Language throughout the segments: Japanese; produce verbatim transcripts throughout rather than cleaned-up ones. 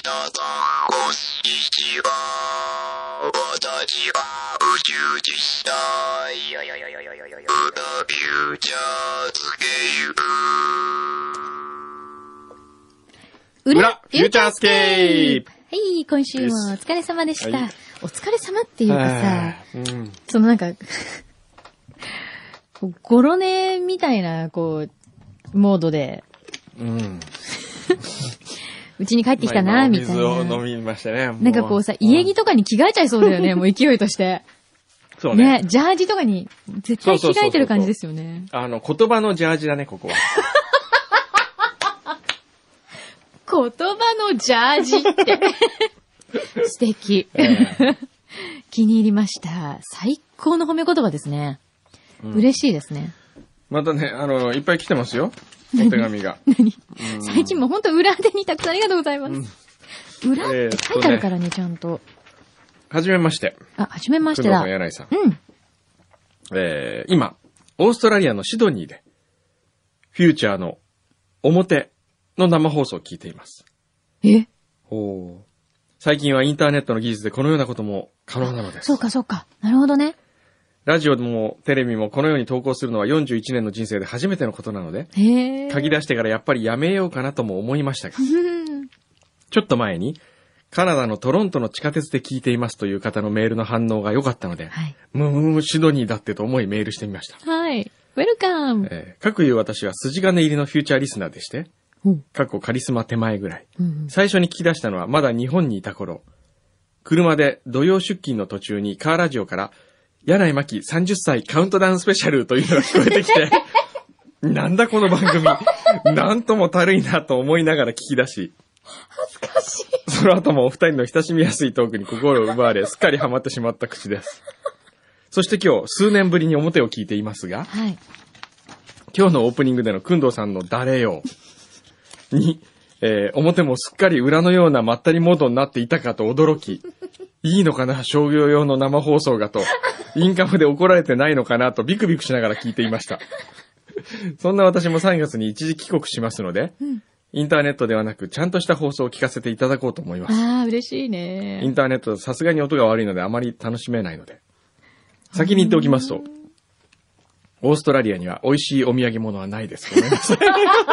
さん、こんにちは。私は宇宙実際。裏フューチャースケープ。裏フューチャースケープ。 はい、今週もお疲れ様でした。はい、お疲れ様っていうかさ、 うん、 そのなんか、ゴロネみたいな、こう、モードで、うん。うちに帰ってきたな、みたいな。 水を飲みましたね。 なんかこうさ、家着とかに着替えちゃいそうだよね、もう勢いとして。 そうね。 ね、ジャージとかに絶対着替えてる感じですよね。 あの、言葉のジャージだね、ここは。 言葉のジャージって。素敵、えー。気に入りました。最高の褒め言葉ですね。うん、嬉しいですね。 またね、あの、いっぱい来てますよ。お手紙が。 何最近もほんと裏手にたくさんありがとうございます。うん、裏って書いてあるからね、えー、ちゃんと。 はじめまして。 あ、はじめましてだ。 工藤さん、柳井さん。 うん。 えー、今、オーストラリアのシドニーで、フューチャーの表の生放送を聞いています。 えおー。最近はインターネットの技術でこのようなことも可能なのです。 そうかそうか。なるほどね。 ラジオもテレビもこのように投稿するのはよんじゅういちねんの人生で初めてのことなので、 へー。 書き出してからやっぱりやめようかなとも思いましたが、ちょっと前にカナダのトロントの地下鉄で聞いていますという方のメールの反応が良かったので、はい、ムムムシドニーだってと思いメールしてみました。 はい。ウェルカム。 えー、各言う私は筋金入りのフューチャーリスナーでして、過去カリスマ手前ぐらい、うん、最初に聞き出したのはまだ日本にいた頃、車で土曜出勤の途中にカーラジオから柳井真紀さんじゅっさいカウントダウンスペシャルというのが聞こえてきてなんだこの番組なんともたるいなと思いながら聞き出し、 恥ずかしい。 その後もお二人の親しみやすいトークに心を奪われすっかりハマってしまった口です。そして今日数年ぶりに表を聞いていますが、はい、今日のオープニングでの工藤さんの誰よに、えー、表もすっかり裏のようなまったりモードになっていたかと驚き、いいのかな商業用の生放送がと、インカムで怒られてないのかなとビクビクしながら聞いていました。そんな私もさんがつに一時帰国しますので、うん、インターネットではなくちゃんとした放送を聞かせていただこうと思います。 ああ、嬉しいね。 インターネットさすがに音が悪いのであまり楽しめないので、先に言っておきますと、オーストラリアには美味しいお土産物はないです。ごめんなさい。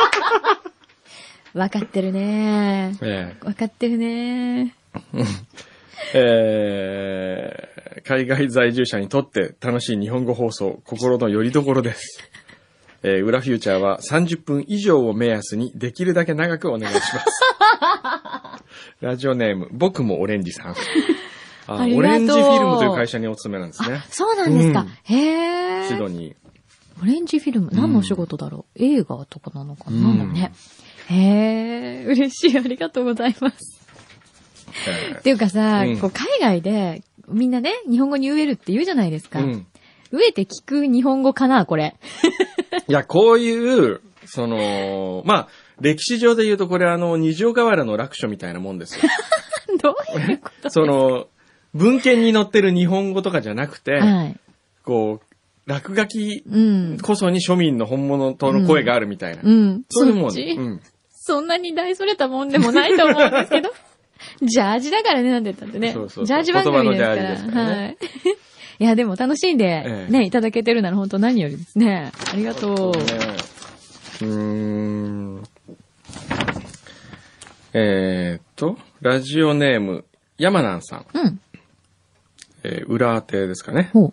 わかってるね。 ええ、 わかってるね。 えー、海外在住者にとって楽しい日本語放送、心の拠り所です。えー、裏フューチャーはさんじゅっぷん以上を目安にできるだけ長くお願いします。ラジオネーム、僕もオレンジさん。ああ、オレンジフィルムという会社にお勤めなんですね。 そうなんですか。うん、へー。 シドニー。 オレンジフィルム、何のお仕事だろう、うん、映画とかなのかな、うん、なんだろうね。へー、嬉しい、ありがとうございます。っていうかさ、うん、こう海外でみんなね、日本語に飢えるって言うじゃないですか。うん、飢えて聞く日本語かな、これ。 いや、こういう、その、まあ、歴史上で言うとこれあの、二条河原の楽書みたいなもんですよ。 どういうことですか？ その、文献に載ってる日本語とかじゃなくて、はい、こう、落書きこそに庶民の本物との声があるみたいな。うん。うん、そういうもん。そ, うん、 そんなに大それたもんでもないと思うんですけど。ジャージだからね、なんて言ったってね。そうそうそう、ジャージ番組ですから。言葉のジャージですからね。はい。いや、でも楽しんで、ね、ええ、いただけてるなら本当何よりですね。ありがとう。う、ね、 ーん。えーっと、ラジオネーム、山南さん。うん。えー、裏当てですかね。ほう。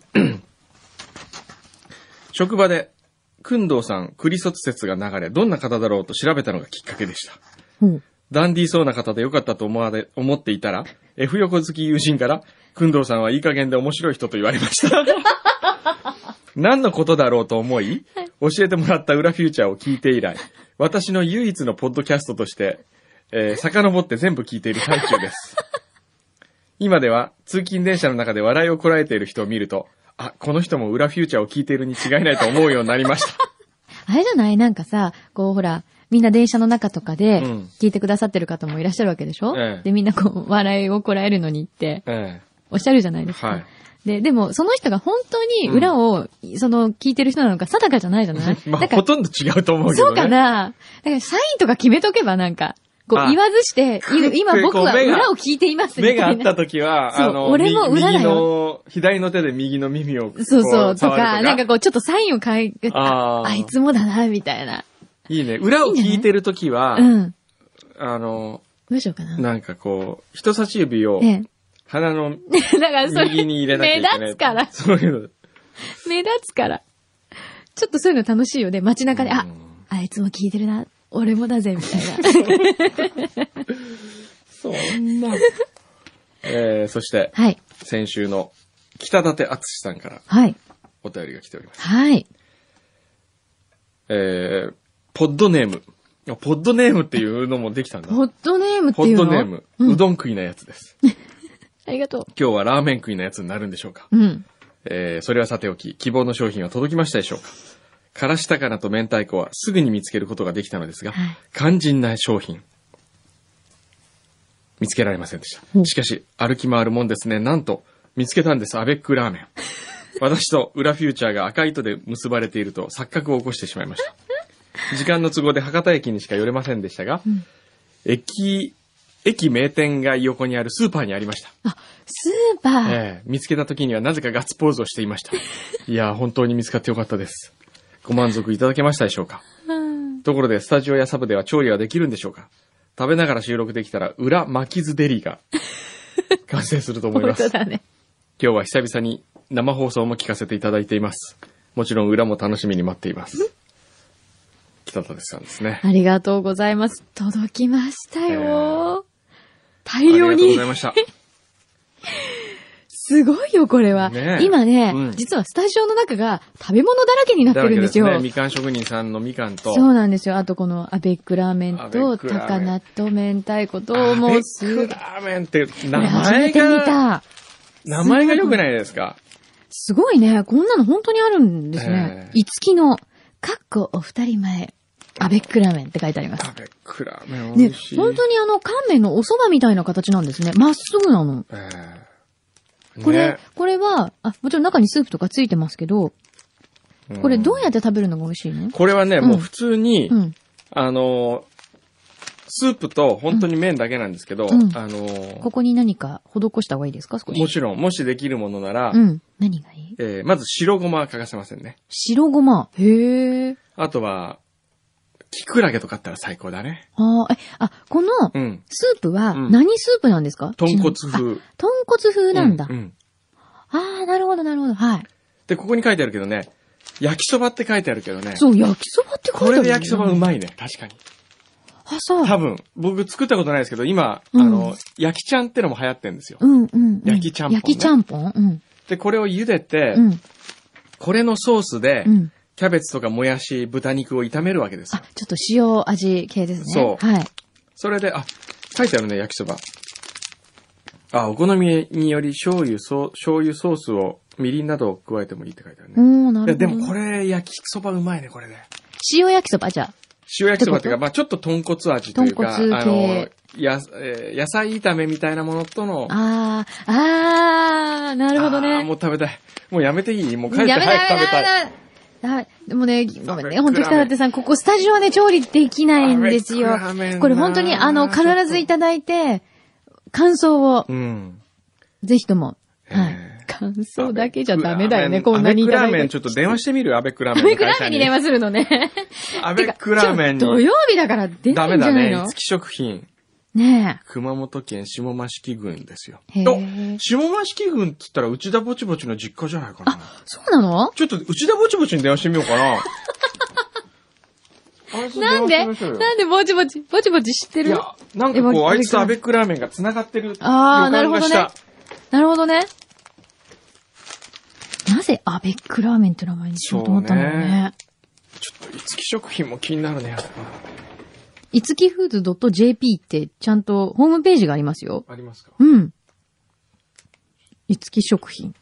職場で、工藤さん、クリ卒説が流れ、どんな方だろうと調べたのがきっかけでした。ほう。ダンディーそうな方でよかったと思われ、思っていたら、F 横好き友人から、工藤さんはいい加減で面白い人と言われました。何のことだろうと思い、教えてもらった裏フューチャーを聞いて以来、私の唯一のポッドキャストとして、えー、遡って全部聞いている最中です。今では、通勤電車の中で笑いをこらえている人を見ると、あ、この人も裏フューチャーを聞いているに違いないと思うようになりました。 あれじゃない？なんかさ、こうほら、みんな電車の中とかで聞いてくださってる方もいらっしゃるわけでしょ、うん、で、みんなこう、笑いをこらえるのにって、おっしゃるじゃないですか。はい、で、でも、その人が本当に裏を、うん、その、聞いてる人なのか定かじゃないじゃない？ まあ、ほとんど違うと思うけどね。 そうかな。だから、サインとか決めとけばなんか。 こう言わずして、今僕は裏を聞いていますみたいな。 目があった時は、あの、 俺も裏だよ。 右の、左の手で右の耳を。 そうそう、とか、なんかこうちょっとサインを書いて、あ, あいつもだな、みたいな。 いいね。裏を聞いてる時は、 うん。 あの、 どうしようかな。 なんかこう、人差し指を、鼻の右に入れなきゃいけない。 目立つから。 そういうの。 目立つから。ちょっとそういうの楽しいよね。街中で、あ、あいつも聞いてるな。俺もだぜ、みたいな。 そんな。えー、そして、 はい。 先週の北舘敦さんから、 はい。 お便りが来ております。 はい。 えー、ポッドネーム。ポッドネームっていうのもできたんだ。 ポッドネームっていうの？ ポッドネーム。うん、うどん食いなやつです。 ありがとう。 今日はラーメン食いなやつになるんでしょうか。 うん。 えー、それはさておき、希望の商品は届きましたでしょうか。からし高菜と明太子はすぐに見つけることができたのですが、はい、肝心な商品、見つけられませんでした。しかし、歩き回るもんですね。なんと、見つけたんです。アベックラーメン。私と裏フューチャーが赤糸で結ばれていると錯覚を起こしてしまいました。時間の都合で博多駅にしか寄れませんでしたが、うん、駅、駅名店街横にあるスーパーにありました。 あ、スーパー、 えー、見つけた時にはなぜかガッツポーズをしていました。いやー、本当に見つかってよかったです。ご満足いただけましたでしょうか。うん、ところで、スタジオやサブでは調理はできるんでしょうか。食べながら収録できたら、裏巻きずデリが完成すると思います。 本当だね。 今日は久々に生放送も聞かせていただいています。もちろん裏も楽しみに待っています。北舘さんですね。 ありがとうございます。届きましたよ。えー、大量に。ありがとうございました。 すごいよ、これは。ね、今ね、うん、実はスタジオの中が食べ物だらけになってるんですよ。 ですね、みかん職人さんのみかんと。 そうなんですよ。あとこのアベックラーメンと、高菜と明太子と、もうすアベックラーメンって名前が、名前が良くないですか？ すごいね。こんなの本当にあるんですね。いつきの、かっこお二人前、アベックラーメンって書いてあります。 アベックラーメン美味しい。 ね、本当にあの、乾麺のお蕎麦みたいな形なんですね。まっすぐなの。えーこれ、ね、これは、あ、もちろん中にスープとかついてますけど、これどうやって食べるのが美味しいの？ これはね、うん、もう普通に、うん、あの、スープと本当に麺だけなんですけど、うん、あの、 ここに何か施した方がいいですか？少し。 もちろん、もしできるものなら、 うん、何がいい？ えー、まず白ごまは欠かせませんね。 白ごま。へー。 あとは、キクラゲとかあったら最高だね。 ああ、え、あ、この、スープは、何スープなんですか？ 豚骨風。 豚骨風なんだ。うんうん、ああ、なるほど、なるほど。はい。 で、ここに書いてあるけどね、焼きそばって書いてあるけどね。 そう、焼きそばって書いてある、ね。 これで焼きそばうまいね、確かに。 あ、そう。 多分、僕作ったことないですけど、今、うん、あの、焼きちゃんってのも流行ってるんですよ。 うんうん、うん。 焼きちゃんぽん、ね。 焼きちゃんぽん、うん。 で、これを茹でて、うん、これのソースで、うんキャベツとかもやし、豚肉を炒めるわけですよ。 あ、ちょっと塩味系ですね。 そう。 はい。 それで、あ、書いてあるね、焼きそば。あ、お好みにより醤油、そう、醤油ソースを、みりんなどを加えてもいいって書いてあるね。 おー、なるほど。 でもこれ、焼きそばうまいね、これで。 塩焼きそば、じゃあ。 塩焼きそばっていうか、まあちょっと豚骨味というか、 豚骨系あの、や、えー、野菜炒めみたいなものとの。 あー、あー、なるほどね。 あー、もう食べたい。もうやめていい？もう帰って早く食べたい。 はい。でもね、ごめんね。ほんと北舘さん、ここスタジオはね、調理できないんですよ。これ本当に、あの、必ずいただいて、感想を、うん、ぜひとも。はい。感想だけじゃダメだよね、こんなにいただいて。 アベックラーメン、ちょっと電話してみる？アベックラーメン。 アベックラーメンに電話するのね。 アベックラーメンに。 土曜日だから出ないんじゃないの？ ダメだね。五木食品。 ねえ。 熊本県下益郡ですよ。へえ。下益郡って言ったら内田ぼちぼちの実家じゃないかな。 あ、そうなの？ ちょっと内田ぼちぼちに電話してみようかな。 なんでなんでぼちぼちぼちぼち知ってる？いや、 なんかこう、あいつとアベックラーメンが繋がってる。 ああ、なるほどね。なるほどね。なぜアベックラーメンって名前にしようと思ったんだろうね。 ちょっと、五木食品も気になるね。 いつきフーズ .jp ってちゃんとホームページがありますよ。 ありますか？ うん。いつき食品。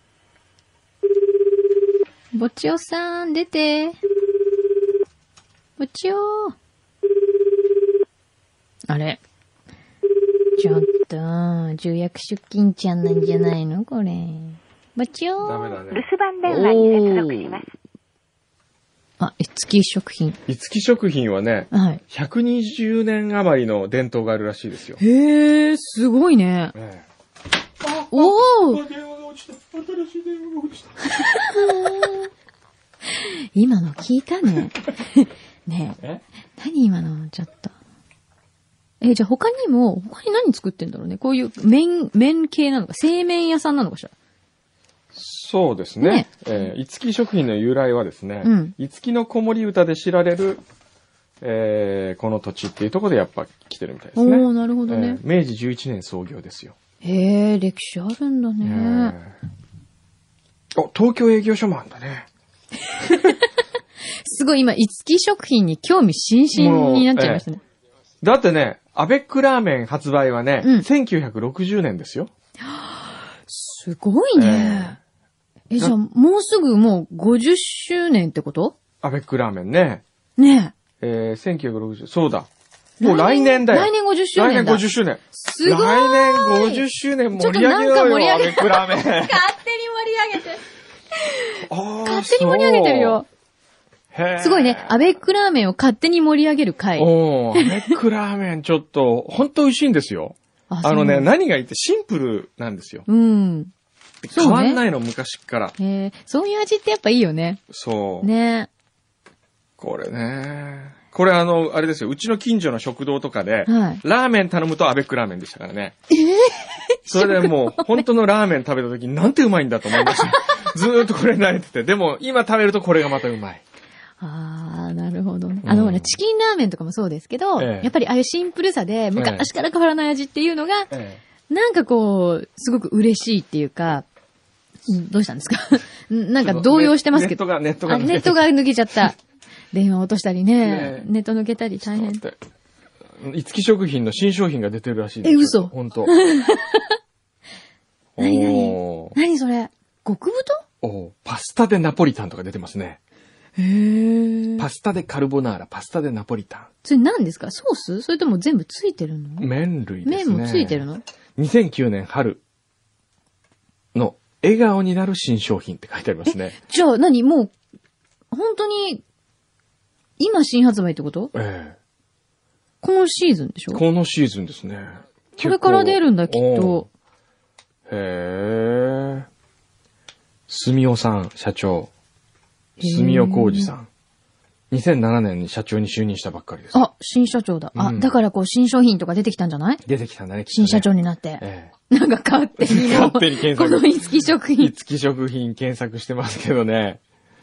ぼちおさん、出て。ぼちお。あれ。ちょっと、重役出勤ちゃんなんじゃないのこれ。ぼちお。 ダメだね。 留守番電話に接続します。 あ、いつき食品。 いつき食品はね、 はい。 ひゃくにじゅうねん余りの伝統があるらしいですよ。 へー、すごいね。 ええ、 おー電話が落ちた。新しい電話が落ちた。 今の聞いたね。ねえ。 え何今のちょっと。え、じゃあ他にも、他に何作ってんだろうね。こういう麺、麺系なのか、製麺屋さんなのかしら。 そうですね。 ねえー、いつき食品の由来はですね、 うん、 いつきの子守歌で知られる、えー、この土地っていうところでやっぱ来てるみたいですね。 おー、なるほどね。 えー、明治じゅういちねん創業ですよ。 へえ、歴史あるんだね。 えー、お、東京営業所もあるんだね。 すごい今、いつき食品に興味津々になっちゃいましたね。 えー、だってね、アベックラーメン発売はね、うん、せんきゅうひゃくろくじゅうねんですよ。 すごいね。えー、え、じゃあもうすぐもうごじゅっしゅうねんってこと？ アベックラーメンね。 ねえ。えー、せんきゅうひゃくろくじゅう、そうだ。もう来年だよ。 来年ごじゅっしゅうねんだ。 来年ごじゅっしゅうねん。 すごい。 来年ごじゅっしゅうねん盛り上げようよ、アベックラーメン。勝手に盛り上げて。勝手に盛り上げてるよ。 へすごいね。アベックラーメンを勝手に盛り上げる回。 おー、アベックラーメンちょっと、ほんと美味しいんですよ。あ, あのね、何がいいってシンプルなんですよ。 うん。 変わんないの、ね、昔から。 へそういう味ってやっぱいいよね。 そう。 ね。 これね。これあの、あれですよ。うちの近所の食堂とかで、 はい、 ラーメン頼むとアベックラーメンでしたからね。 えー、 それでもう、本当のラーメン食べた時になんてうまいんだと思いました。ずーっとこれ慣れてて。でも、今食べるとこれがまたうまい。 ああ、なるほどね。あの、うん、チキンラーメンとかもそうですけど、ええ、やっぱりああいうシンプルさで、昔から変わらない味っていうのが、ええ、なんかこう、すごく嬉しいっていうか、どうしたんですかなんか動揺してますけど。 ネットが、ネットが抜けネットが抜けちゃった。電話落としたりね、ねネット抜けたり大変。 いつき食品の新商品が出てるらしいです。 え、嘘。 ほんと。 何何何それ極太？ おパスタでナポリタンとか出てますね。 へー。 パスタでカルボナーラ、パスタでナポリタン。 それ何ですか？ソース？それとも全部ついてるの？ 麺類ですね。 麺もついてるの？ にせんきゅうねん春の笑顔になる新商品って書いてありますね。 じゃあ何もう、本当に、今新発売ってこと？ ええ。 このシーズンでしょ？このシーズンですね。 これから出るんだ、きっと。 へえ。住尾さん、社長。住尾浩二さん。にせんななねんに社長に就任したばっかりです。 あ、新社長だ。あ、うん、だからこう新商品とか出てきたんじゃない？ 出てきたんだね、きっとね。 新社長になって。 ええ、なんか勝手にも。 勝手に検索。 このいつき食品。 いつき食品検索してますけどね。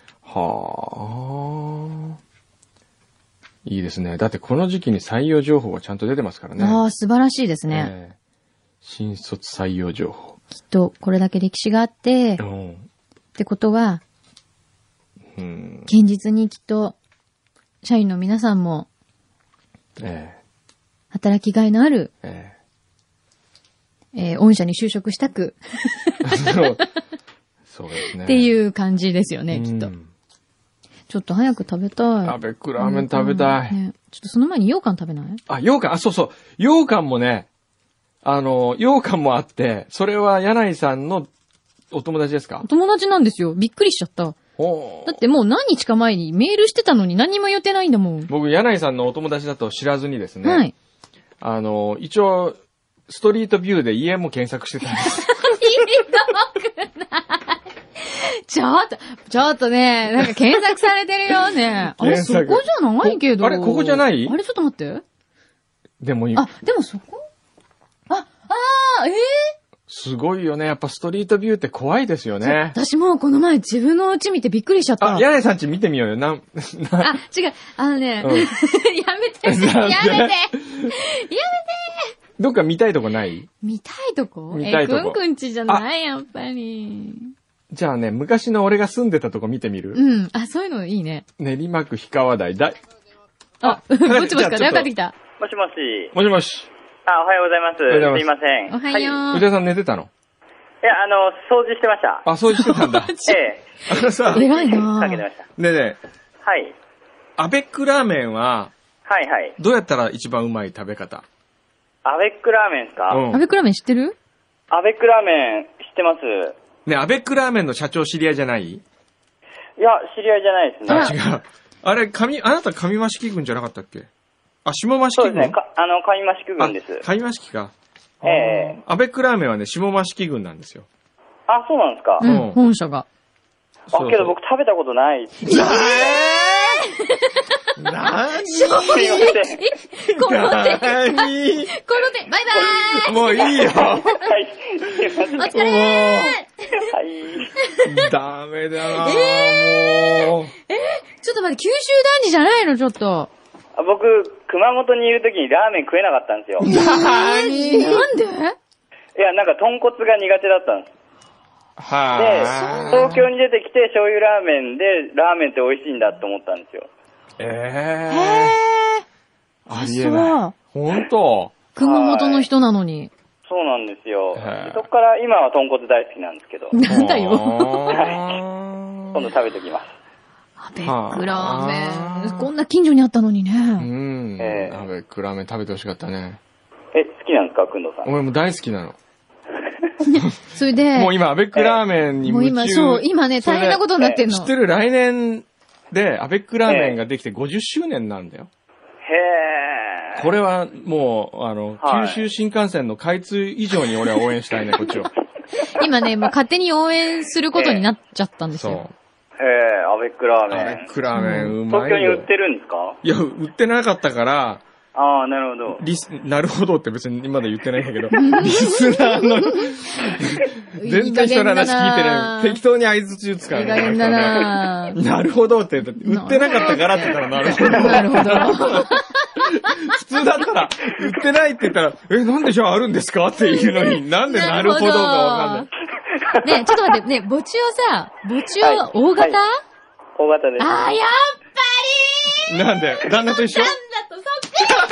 はあ。いいですね。だってこの時期に採用情報がちゃんと出てますからね。 ああ、素晴らしいですね。 ええ、新卒採用情報。 きっとこれだけ歴史があって、うん、ってことは、うん、現実にきっと社員の皆さんも、ええ、働きがいのある、えええー、御社に就職したくそうそうですね。 っていう感じですよね、きっと。ちょっと早く食べたい。 アベックラーメン食べたい。 ね、ちょっとその前に羊羹食べない？ あ、羊羹、あ、そうそう。羊羹もね、あの、羊羹もあって、それは柳井さんのお友達ですか？ お友達なんですよ。びっくりしちゃった。だってもう何日か前にメールしてたのに何も言ってないんだもん。 僕、柳井さんのお友達だと知らずにですね。 はい。 あの、一応、ストリートビューで家も検索してたんです。 ひどくないちょっと、ちょっとね、なんか検索されてるよね。あれ、そこじゃないけど。 あれ、ここじゃない？ あれ、ちょっと待って。 でもいい。 あ、でもそこ？あ、あー、えー、 すごいよね。やっぱストリートビューって怖いですよね。 私もこの前自分の家見てびっくりしちゃった。 あ、柳井さん家見てみようよ。なん、 なあ、違う。あのね、うん、やめて。やめて。やめて。 どっか見たいとこない？ 見たいとこ？ 見たいとこ。 え、くんくんちじゃない、やっぱり。 じゃあね、昔の俺が住んでたとこ見てみる？ うん。あ、そういうのいいね。 練馬区氷川台。だいあ、ぼちぼちかなかってきた。 もしもし。 もしもし。 あ、おはようございます。 おはようございます。 すいません。 おはよう。 はい、宇田さん寝てたの？ いや、あの、掃除してました。 あ、掃除してたんだ。 ええ。 あのさ、 偉いなぁ。 かけてました。 ねえねえ。 はい。 アベックラーメンは、 はいはい。 どうやったら一番うまい食べ方？ アベックラーメンですか？ うん。 アベックラーメン知ってる？ アベックラーメン知ってます。 ね、アベックラーメンの社長知り合いじゃない？いや、知り合いじゃないですね。 あ、違う。 あれ、上、あなた上増木郡じゃなかったっけ？あ、下増木郡？ そうですね。かあの、上増木郡です。 上増木か。 ええー。 アベックラーメンはね、下増木郡なんですよ。 あ、そうなんですか。 うん、本社が。 あ、けど僕食べたことない。 えー、なーにすいません。 この手。この手。バイバーイ。 もういいよ。 はい。すいません。 お疲れー。 はい。 ダメだなぁ、 えー、 もう。 えー、ちょっと待って、九州男児じゃないのちょっと。 僕、熊本にいるときにラーメン食えなかったんですよ。 なーになんで？ いや、なんか豚骨が苦手だったんです。 はで、東京に出てきて醤油ラーメンで、ラーメンって美味しいんだって思ったんですよ。 えへー。ありえない。ほんと？ 熊本の人なのに。 そうなんですよ。そこから今は豚骨大好きなんですけど。 なんだよ。 はい。今度食べてきます。 アベックラーメン。こんな近所にあったのにね。 うん。えー、アベックラーメン食べてほしかったね。 え、好きなんですか、くんどさん。 俺も大好きなの。 それで。 もう今、アベックラーメンに夢中。 もう今、そう、今ね、大変なことになってんの。 知ってる？来年で、アベックラーメンができてごじゅっしゅうねんなんだよ。 へー。 これはもう、あの、はい、九州新幹線の開通以上に俺は応援したいね、こっちを。 今ね、もう勝手に応援することになっちゃったんですよ。そう。 へー、アベックラーメン。 アベックラーメンうまいよ。 東京に売ってるんですか？ いや、売ってなかったから、 ああ、なるほど。 リス、なるほどって別にまだ言ってないんだけど、リスナーの、全然人の話聞いてない。適当に合図中使う。 いい加減だななるほどって言って、売ってなかったからって言ったらなるほど。 なるほど。 普通だったら、売ってないって言ったら、え、なんでじゃああるんですかっていうのに、なんでなるほどかわかんない。 ねちょっと待って、ね墓地をさ、墓地を大型、はいはい、 大型です。 あー、やっぱりなんで旦那と一緒？ なんだと、そっくりも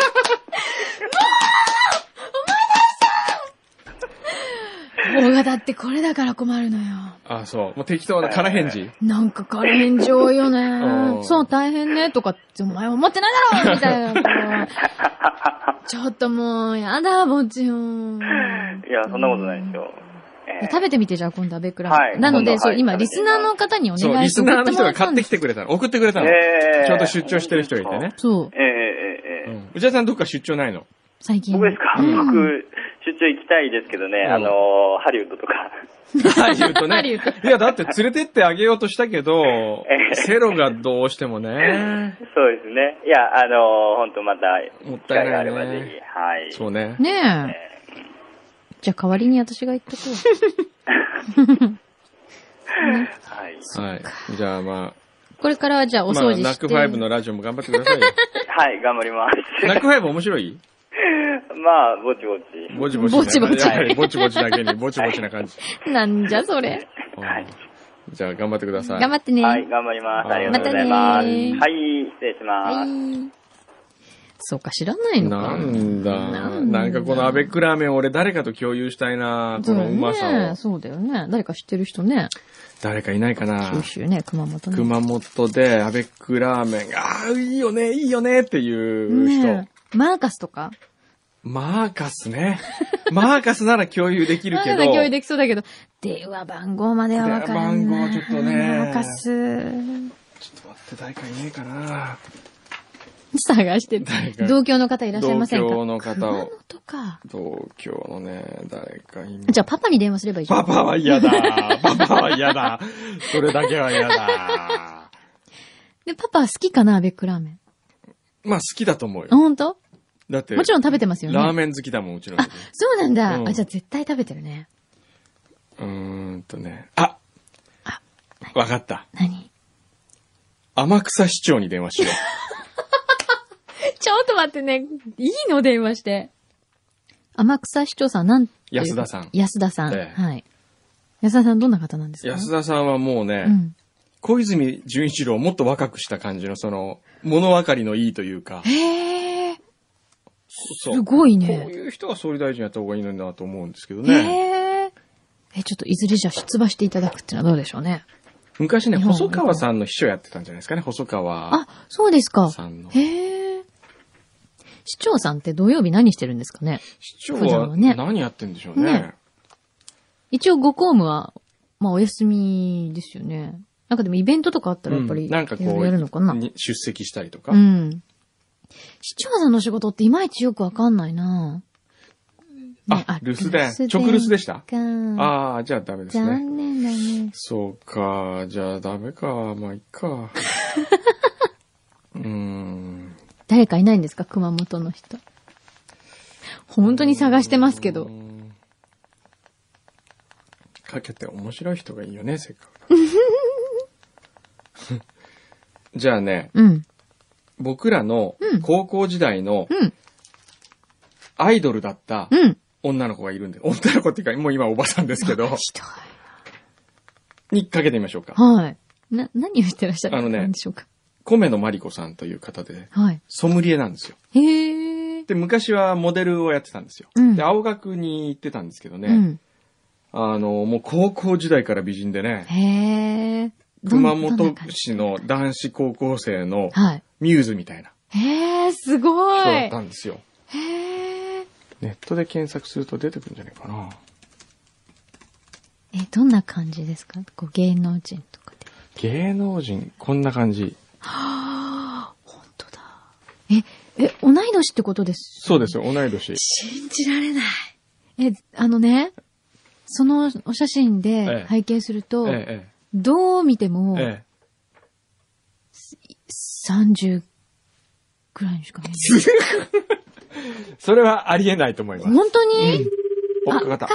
う思い出した大型ってこれだから困るのよ。 あ、そう。もう適当な空返事。 なんか空返事多いよね。そう、大変ね。とか、お前思ってないだろみたいな。ちょっともう、やだ、ぼっちよ。 いや、そんなことないですよ。 えー、食べてみて、じゃあ今度はベックラーメン。はい、なので、そう、今、リスナーの方にお願いしてそう、リスナーの人が買ってきてくれたの。送ってくれたの。 えー、 ちょうど出張してる人がいてね。 そう。 えー、えー、えー。 内田さんどっか出張ないの？ 最近。僕ですか、うん、僕、出張行きたいですけどね、うん、あのー、ハリウッドとか。 ハリウッドね。いや、だって連れてってあげようとしたけど、えー、セロがどうしてもね。 そうですね。いや、あのー、ほんとまた、 もったいないね。 機会があればぜひ、はい。 そうね。 ねえ。えーじゃあ代わりに私が言っとこう。ね、 はい。はい。じゃあまあ。 これからはじゃあお掃除して。 ナックファイブのラジオも頑張ってくださいよ。 はい、頑張ります。 ナックファイブ面白い？ まあ、ぼちぼち。 ぼちぼち。 ぼちぼち。 はい、ぼちぼちだけに、ぼちぼちな感じ。 なんじゃそれ。 はい。 じゃあ頑張ってください。 頑張ってね。 はい、頑張ります。ありがとうございます。はい、失礼します。はいそうか、知らないのか。 なんだ。なんなんかこのアベックラーメン俺誰かと共有したいな、このうまさを。 そうだよね。誰か知ってる人ね。 誰かいないかな。 九州ね、熊本ね。 熊本でアベックラーメンが、ああ、いいよね、いいよねっていう人。ね、 マーカスとかマーカスね。マーカスなら共有できるけど。 マーカス共有できそうだけど、電話番号まではわからない。 電話番号ちょっとね。 マーカス。ちょっと待って、誰かいねえかな。 探してる。同郷の方いらっしゃいませんか？ 同郷の方を。 とか。 同郷のね、誰かいじゃあパパに電話すればいいじゃん。 パパは嫌だ。パパは嫌だ。それだけは嫌だ。 で、パパは好きかな、アベックラーメン。 まあ好きだと思うよ。 ほんと？ だって。 もちろん食べてますよね。 ラーメン好きだもん、もちろん。 あ、そうなんだ。うん、あ、じゃあ絶対食べてるね。 うーんとね。ああ、わかった。 何？ 天草市長に電話しよう。 ちょっと待ってね。いいの電話して。天草市長さん、なんていう安田さん。 安田さん。ええ、はい。安田さんどんな方なんですか？ 安田さんはもうね、うん、小泉純一郎をもっと若くした感じの、その、物分かりのいいというか。 へー。 そうすごいね。 こういう人が総理大臣やった方がいいのになと思うんですけどね。 へー。え、ちょっといずれじゃあ出馬していただくってのはどうでしょうね。 昔ね、細川さんの秘書やってたんじゃないですかね、細川。 あ、そうですか。 さんの。 へー。市長さんって土曜日何してるんですかね？ 市長は何やってんでしょうね。ね、 一応ご公務は、まあお休みですよね。 なんかでもイベントとかあったらやっぱり、 うん、なんかこう、 やるのかな出席したりとか。 うん。視聴者の仕事っていまいちよくわかんないな、 ね、あ、留守電。直留守でした？ああ、じゃあダメですね。 残念だね。 そうか、じゃあダメか。まあ、いっか。うーん。 誰かいないんですか、熊本の人。本当に探してますけど。 かけて面白い人がいいよね、せっかく。じゃあね、 うん、僕らの高校時代のアイドルだった女の子がいるんで、女の子っていうか、もう今おばさんですけど、にかけてみましょうか。 はい。な、何をしてらっしゃるんでしょうか。 米野まりこさんという方で、はい、ソムリエなんですよ。 へー。 で、昔はモデルをやってたんですよ。うん、で、青学に行ってたんですけどね、うん、あの、もう高校時代から美人でね、 へー。 熊本市の男子高校生のミューズみたいな。 へー、すごい。 人だったんですよ。 へー。 ネットで検索すると出てくるんじゃないかな。 え、どんな感じですか？こう芸能人とかで。芸能人、こんな感じ。 はぁ、本当だ。え、え、同い年ってことです？ そうですよ、同い年。 信じられない。え、あのね、そのお写真で拝見すると、ええええ、どう見ても、ええ、さんじゅうくらいにしか見えない。 それはありえないと思います。 本当に、 うん、 あ、わかった。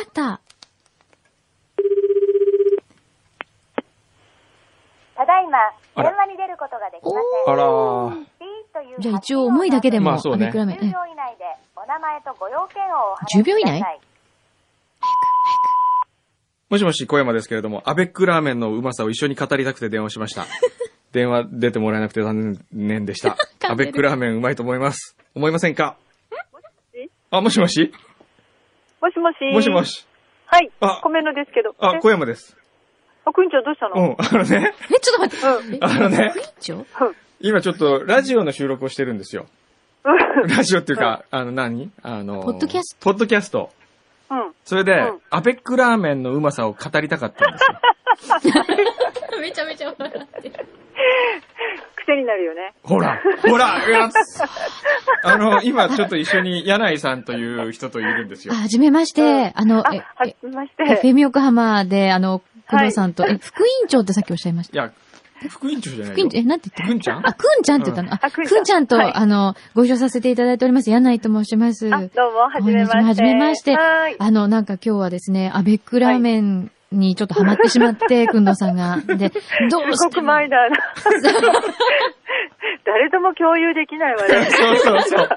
ただいま、電話に出ることができません。 あらー。 じゃあ一応思いだけでも、 まあそうね、 じゅうびょう以内でお名前とご用件をお話しください。 じゅうびょう以内？ もしもし、小山ですけれども、アベックラーメンのうまさを一緒に語りたくて電話しました。電話出てもらえなくて残念でした。アベックラーメンうまいと思います。思いませんか？あ、もしもし？ もしもし。 もしもし。 はい。あ、米野ですけど。 あ、小山です。 あ、くんちゃんどうしたの？ うん、あのね。 え、ちょっと待って。 うん、あのね。 くんちゃん？ 今ちょっとラジオの収録をしてるんですよ。ラジオっていうか、あの何？あの、 ポッドキャスト。 ポッドキャスト。 うん。 それで、うん、アベックラーメンのうまさを語りたかったんですよ。 めちゃめちゃ笑ってる。 癖になるよね。 ほら、ほら、いやあの、今ちょっと一緒に柳井さんという人といるんですよ。 あ、はじめまして。うん、あの、 え、はじめまして。 エフエム 横浜で、あの、工藤さんと、はい、え、副委員長ってさっきおっしゃいました。 いや、副委員長じゃないよ。 副委員長、え、なんて言ったの？ くんちゃん？ あ、くんちゃんって言ったの。うん、あ、くんちゃんと、はい、あの、ご一緒させていただいております。柳井と申します。 あ、どうも、はじめまして。 はじめまして。あの、なんか今日はですね、アベックラーメンにちょっとハマってしまって、くんどさんが。で、どうしても。 すごく前だな。誰とも共有できないわね。 そうそうそう。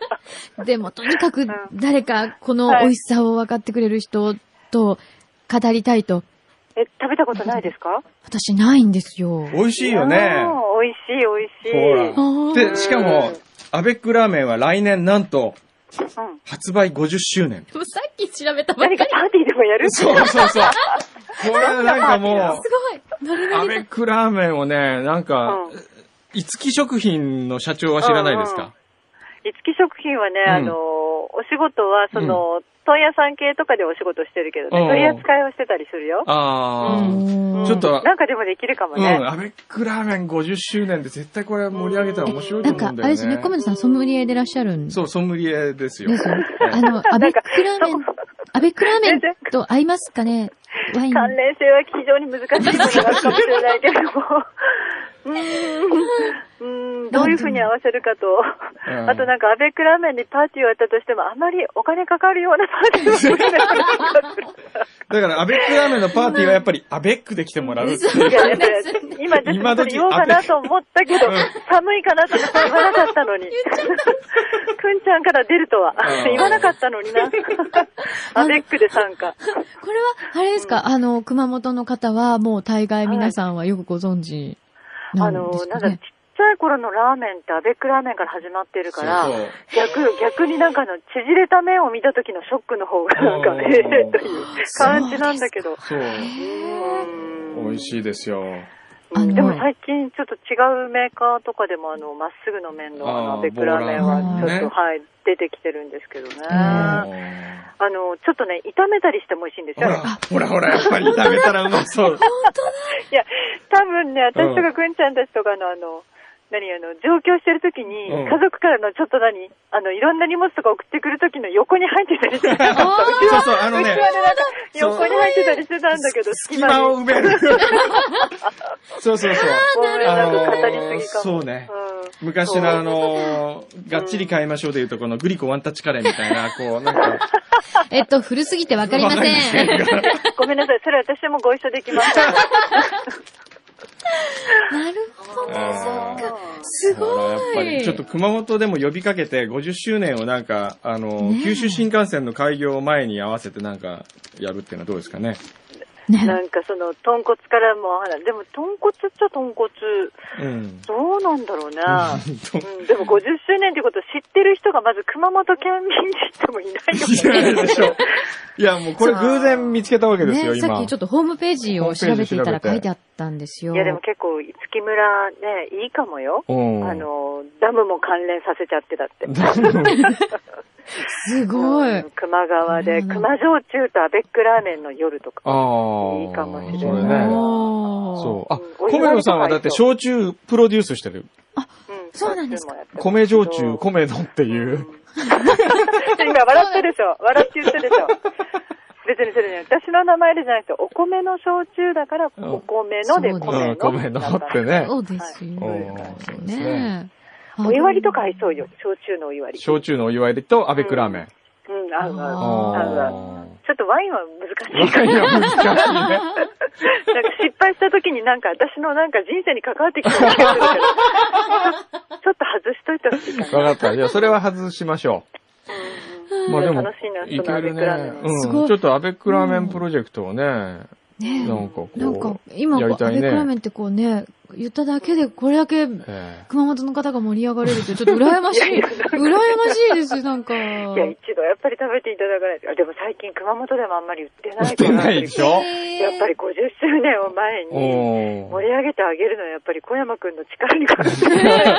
でも、とにかく、誰か、この美味しさを分かってくれる人と語りたいと。 え、食べたことないですか？ 私ないんですよ。 美味しいよね。 美味しい、美味しい。 ほら。で、しかも、アベックラーメンは来年なんと、うん、発売ごじゅっしゅうねん。 もうさっき調べたばっかり。 何かパーティーでもやる？ そうそうそう。これなんかもう、 すごい。 アベックラーメンをね、なんか、うん、いつき食品の社長は知らないですか？ いつき食品はね、うん、あの、お仕事は、その、うん、問屋さん系とかでお仕事してるけどね、取り扱いをしてたりするよ。 ああ、うん、ちょっと。 なんかでもできるかもね。 うん、アベックラーメンごじゅっしゅうねんで絶対これ盛り上げたら面白いと思うんだよね。 なんか、あれですね、小村さんソムリエでいらっしゃるんです。 そう、ソムリエですよ。 ですよ。あの、アベックラーメン、アベックラーメンと合いますかね？ワイン。 関連性は非常に難しいものがあるかもしれないけれども。うーん、うん、どういうふうに合わせるかと、あとなんかアベックラーメンにパーティーをやったとしてもあまりお金かかるようなパーティーをするだからアベックラーメンのパーティーはやっぱりアベックで来てもらうっていう。 いやいや今ちょっとそれ言おうかなと思ったけど、寒いかなとか言わなかったのに。くんちゃんから出るとは言わなかったのにな。アベックで参加。 これは、あれですか、うん、あの、熊本の方はもう大概皆さんはよくご存知なんですかね。 あの、なんかちっちゃい頃のラーメンってアベックラーメンから始まってるから、そうそう逆、逆になんかの縮れた麺を見た時のショックの方がなんか、ええという感じなんだけど。 そう。美味しいですよ。 うん、でも最近ちょっと違うメーカーとかでもあの、まっすぐの麺のあの、アベックラーメンはちょっと、ね、はい、出てきてるんですけどね。あの、ちょっとね、炒めたりしても美味しいんですよ。 ほらほら、やっぱり炒めたらうまそう。 本当だ。 いや、多分ね、私とかくんちゃんたちとかのあの、何あの、上京してるときに、うん、家族からのちょっと何あの、いろんな荷物とか送ってくるときの横に入ってたりしてた。 そうそう、あのね。 うちはね、なんか、横に入ってたりしてたんだけど、 隙間を埋める。そうそうそう。 ごめんなさい、語りすぎかも。 そうね。うん、昔のあのー、がっちり買いましょうでいうとこのグリコワンタッチカレーみたいな、こう、なんか。 えっと、古すぎてわかりません。 ごめんなさい、それ私もご一緒できます。 なるほどね、そっか。すごい。 やっぱりちょっと熊本でも呼びかけてごじゅっしゅうねんをなんか、あの、九州新幹線の開業前に合わせてなんかやるっていうのはどうですかね。 ね、なんかその、豚骨からも、でも豚骨っちゃ豚骨、うん、どうなんだろうな、うん、でもごじゅっしゅうねんってことを知ってる人がまず熊本県民にしてもいないよね。いないでしょ。 いや、もうこれ偶然見つけたわけですよ、 ね、 今。 さっきちょっとホームページを調べていたら書いてあったんですよ。 いや、でも結構、五木村ね、いいかもよ。あの、ダムも関連させちゃってだって。 すごい。 熊川で、熊焼酎とアベックラーメンの夜とか。いいかもしれない。それね。 そう。あ、米野さんはだって焼酎プロデュースしてる。 あ、そうなんですか。 米焼酎、米野っていう。 今笑ってるでしょ。笑って言ってるでしょ。別にそれね、私の名前でじゃなくて、お米の焼酎だから、お米ので米の。 米のってね。 そうですよ。そうですね。 お祝いとか合いそうよ。焼酎のお祝い。 焼酎のお祝いとアベックラーメン。 うん、合う合う。合う合う。ちょっとワインは難しい。 ワインは難しいね。 なんか失敗した時になんか私のなんか人生に関わってきた気がするけど、ちょっと外しといてほしいかな。 わかった。いや、それは外しましょう。まあでも、 楽しいな、 いそのアベックラーメン。 うん。ちょっとアベックラーメンプロジェクトをね、 ね、 なんかこう、 なんか今、アベックラーメンってこうね、言っただけでこれだけ熊本の方が盛り上がれるってちょっと羨ましい。羨ましいです、なんか。いや、一度やっぱり食べていただかないと。でも最近熊本でもあんまり売ってないから。売ってないでしょ？ やっぱりごじゅっしゅうねんを前に盛り上げてあげるのはやっぱり小山くんの力にかかって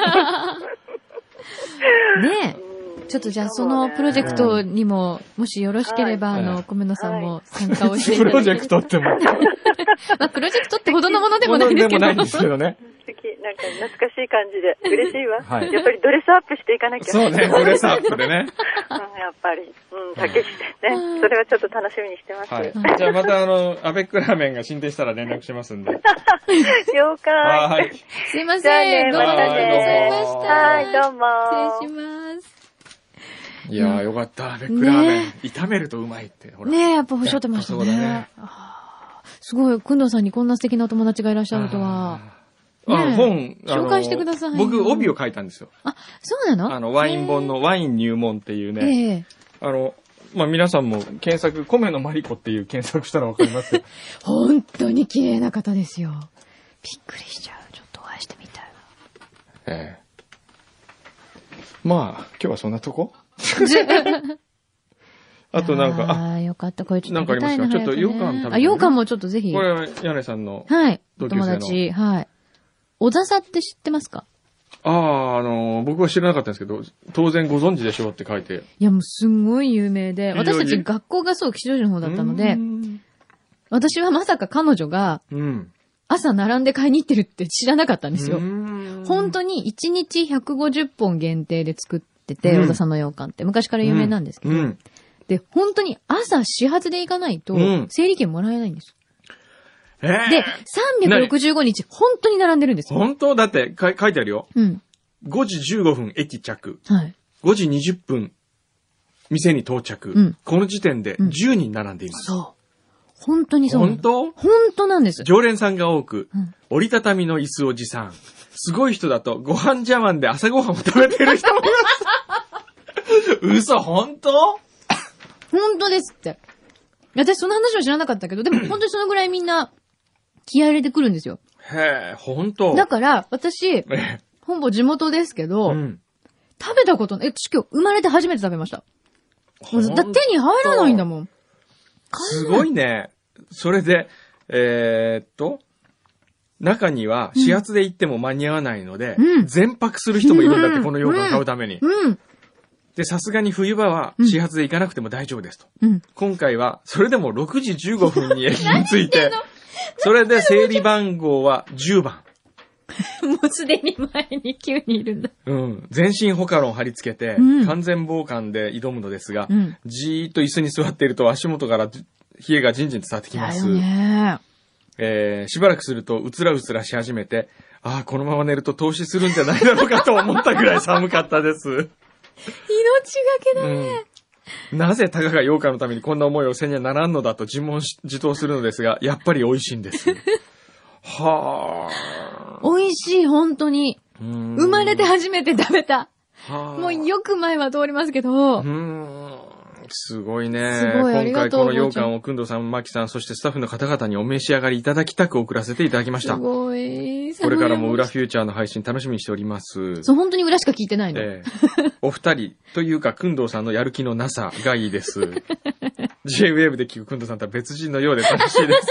ねえ。ちょっとじゃあそのプロジェクトにも、もしよろしければ、あの、米野さんも参加をしていただいて。 プロジェクトっても。 まあ、プロジェクトってほどのものでもないですけど。 でもないですけどね。 素敵。なんか懐かしい感じで嬉しいわ。はい。やっぱりドレスアップしていかなきゃ。 そうね、ドレスアップでね。うん、やっぱり。うん、竹してね。それはちょっと楽しみにしてます。はい。 じゃあまたあの、アベックラーメンが進展したら連絡しますんで。 了解。 はい。 すいません。 どうもありがとうございました。はい、どうも。 失礼します。 いやー、よかった。アベックラーメン。炒めるとうまいって。ほら。 ねえ、やっぱおっしゃってましたね。そうだね。すごい、くんどうさんにこんな素敵なお友達がいらっしゃるとは。 あ、本、 紹介してください。 僕、帯を書いたんですよ。 あ、そうなの？ あの、ワイン本のワイン入門っていうね。あの、まあ、皆さんも検索、米のマリコっていう検索したらわかりますよ。 本当に綺麗な方ですよ。びっくりしちゃう。ちょっとお会いしてみたいわ。 ええ。まあ、今日はそんなとこあとなんか、 ああ、よかった。これちょっとなんかありますか？ちょっと羊羹食べて。 あ、羊羹もちょっとぜひ。 これは屋根さんの。 はい。お友達。はい。小笹って知ってますか？ ああ、あのー、僕は知らなかったんですけど、当然ご存知でしょうって書いて。 いや、もうすんごい有名で、私たち学校がそう、吉祥寺の方だったので、私はまさか彼女が、朝並んで買いに行ってるって知らなかったんですよ。本当にいちにちひゃくごじゅっぽん限定で作ってて、小笹の羊羹って昔から有名なんですけど、うんうん、で、本当に朝始発で行かないと、整理券もらえないんです。 えー、 で、さんびゃくろくじゅうごにち、本当に並んでるんですよ。 本当だってか書いてあるよ。 うん。 ごじじゅうごふん駅着。 はい。 ごじにじゅっぷん店に到着。うん。この時点でじゅうにん並んでいます。 うん、そう。本当にそう。 本当？ 本当なんです。 常連さんが多く、うん、折りたたみの椅子を持参。すごい人だとご飯茶碗で朝ごはんを食べてる人もいます。嘘、本当？ 本当ですって。私その話は知らなかったけど、でも本当にそのぐらいみんな気合い入れてくるんですよ。 へえ、本当。 だから、私、ほぼ地元ですけど、うん、食べたことない。え、私今日生まれて初めて食べました。だ手に入らないんだもん。 すごいね。それで、えー、っと、 中には、始発で行っても間に合わないので、 うん、 全泊する人もいるんだって、この羊羹買うために。 うん。 で、さすがに冬場は、始発で行かなくても大丈夫ですと。 うん、 今回は、それでもろくじじゅうごふんに駅に着いて、それで整理番号はじゅうばん。 もうすでに前にきゅうにいるんだ。 うん。全身ホカロン貼り付けて、うん、完全防寒で挑むのですが、うん、じーっと椅子に座っていると足元から冷えがじんじんと伝わってきます。 だよね。 えー、しばらくするとうつらうつらし始めて、ああ、このまま寝ると凍死するんじゃないだろうかと思ったぐらい寒かったです。命がけだね。 うん、なぜたかが羊羹のためにこんな思いをせにはならんのだと自問し、自答するのですが、やっぱり美味しいんです。はぁ。美味しい、本当に。生まれて初めて食べた。もうよく前は通りますけど。 うーんすごいね。 すごい、ありがとう。 今回この羊羹をくんどさん、まきさん、そしてスタッフの方々にお召し上がりいただきたく送らせていただきました。 すごい。 これからも裏フューチャーの配信楽しみにしております。 そう、本当に裏しか聞いてないの。 えー、お二人というか、くんどさんのやる気のなさがいいです。ジェイウェーブで聞くくんどさんとは別人のようで楽しいです。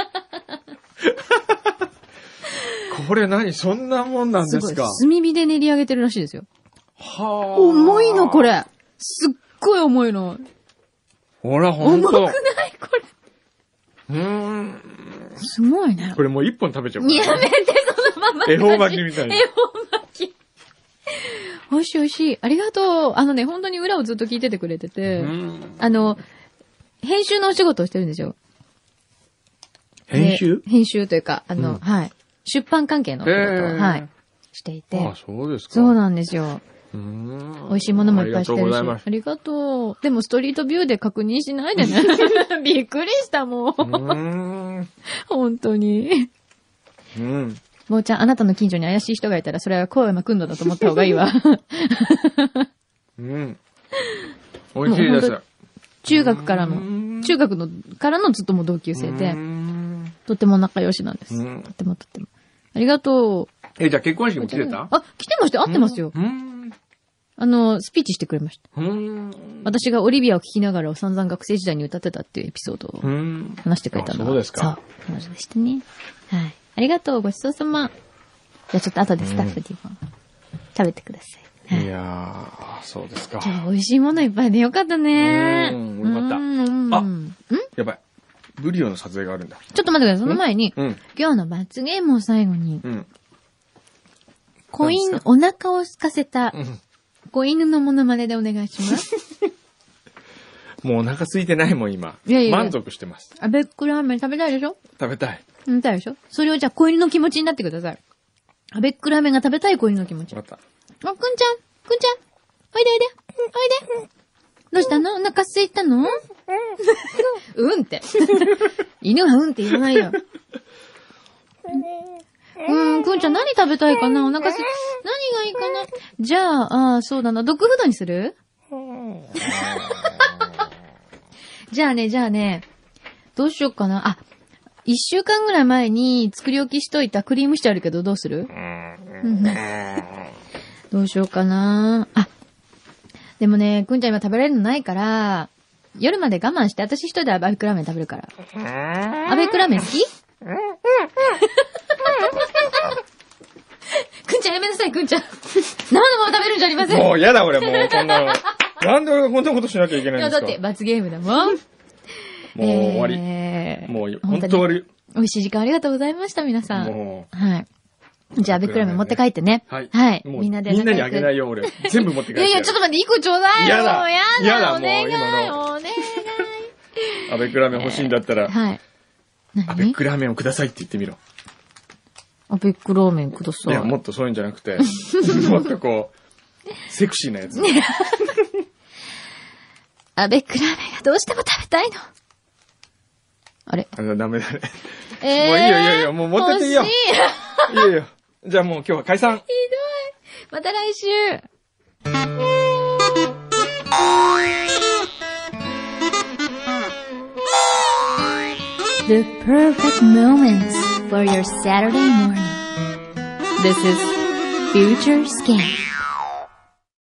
これ何そんなもんなんですか？ 炭火で練り上げてるらしいですよ。 はぁ。 重いのこれ。すっごい重いの。 ほら、ほんと。 重くないこれ。うーん。 すごいね。 これもう一本食べちゃうから、 ね。やめて、そのまま。 恵方巻きみたいな。 恵方巻き。美味しい美味しい。ありがとう。あのね、本当に裏をずっと聞いててくれてて、あの、編集のお仕事をしてるんですよ。 編集編集というか、あの、うん、はい。出版関係のお仕事を、はい。していて。 あ、そうですか。 そうなんですよ。 うーん美味しいものもいっぱいしてるし。ありがとうございます。ありがとう。でもストリートビューで確認しないでね。びっくりしたもん。うーん本当に。 うん。 もうちゃん、あなたの近所に怪しい人がいたら、それは小山くんのだと思った方がいいわ。 うん。美味しいです。 中学からの、中学の、からのずっとも同級生で、とても仲良しなんです。とてもとても。ありがとう。 え、じゃあ結婚式も来てた？ あ、来てましたよ。会ってますよ。あの、スピーチしてくれました。私がオリビアを聴きながらを散々学生時代に歌ってたっていうエピソードを話してくれたの。 そうですか。 そう。彼女でしたね。はい。ありがとう。ごちそうさま。じゃあちょっと後でスタッフにも食べてください。 いやー、そうですか。 今日美味しいものいっぱいでよかったね。 うん、よかった。あ、んやばい。ブリオの撮影があるんだ。 ちょっと待ってください。その前に、うん、今日の罰ゲームを最後に、うん、子犬、お腹を空かせた、子犬のモノマネでお願いします。 もうお腹空いてないもん、今。いやいやいや満足してます。 アベックラーメン食べたいでしょ？ 食べたい。 食べたいでしょ？それをじゃあ子犬の気持ちになってください。アベックラーメンが食べたい子犬の気持ち。 わかった。 あ、くんちゃん、くんちゃん、おいでおいで、おいで。どうしたの？お腹空いたの？うんって。犬はうんって言わないよ。うん、くんちゃん何食べたいかな？お腹す、何がいいかな？じゃあ、あそうだな。ドッグフードにする？じゃあね、じゃあね、どうしよっかな。あ、一週間ぐらい前に作り置きしといたクリームシチューあるけどどうする？どうしようかな。あ、でもね、くんちゃん今食べられるのないから、夜まで我慢して、私一人でアベックラーメン食べるから。アベックラーメン好き？くんちゃんやめなさい、くんちゃん。生のまま食べるんじゃありません。 もう嫌だ俺、もうこんなの。なんで俺がこんなことしなきゃいけないんですか？ いや、だって罰ゲームだもん。もう終わり。えー、もう、本当終わり。 美味しい時間ありがとうございました、皆さん。もう。はい。じゃあ、アベックラーメン持って帰ってね。はい。はい。みんなで。 みんなにあげないよ、俺。全部持って帰って。 いやいや、ちょっと待って、一個ちょうだいよ。 やだ。 やだ、お願い、お願い。 アベックラーメン欲しいんだったら、 はい。 アベックラーメンをくださいって言ってみろ。 アベックラーメンください。 いや、もっとそういうんじゃなくて、もっとこう、セクシーなやつ。 アベックラーメンがどうしても食べたいの。あれあの、ダメだね。えー、もういいよいいよいいよ、もう持ってっていいよ。いいよいいよ。じゃあもう今日は解散。 ひどい。また来週。The perfect moments for your Saturday morning. This is Future Scan.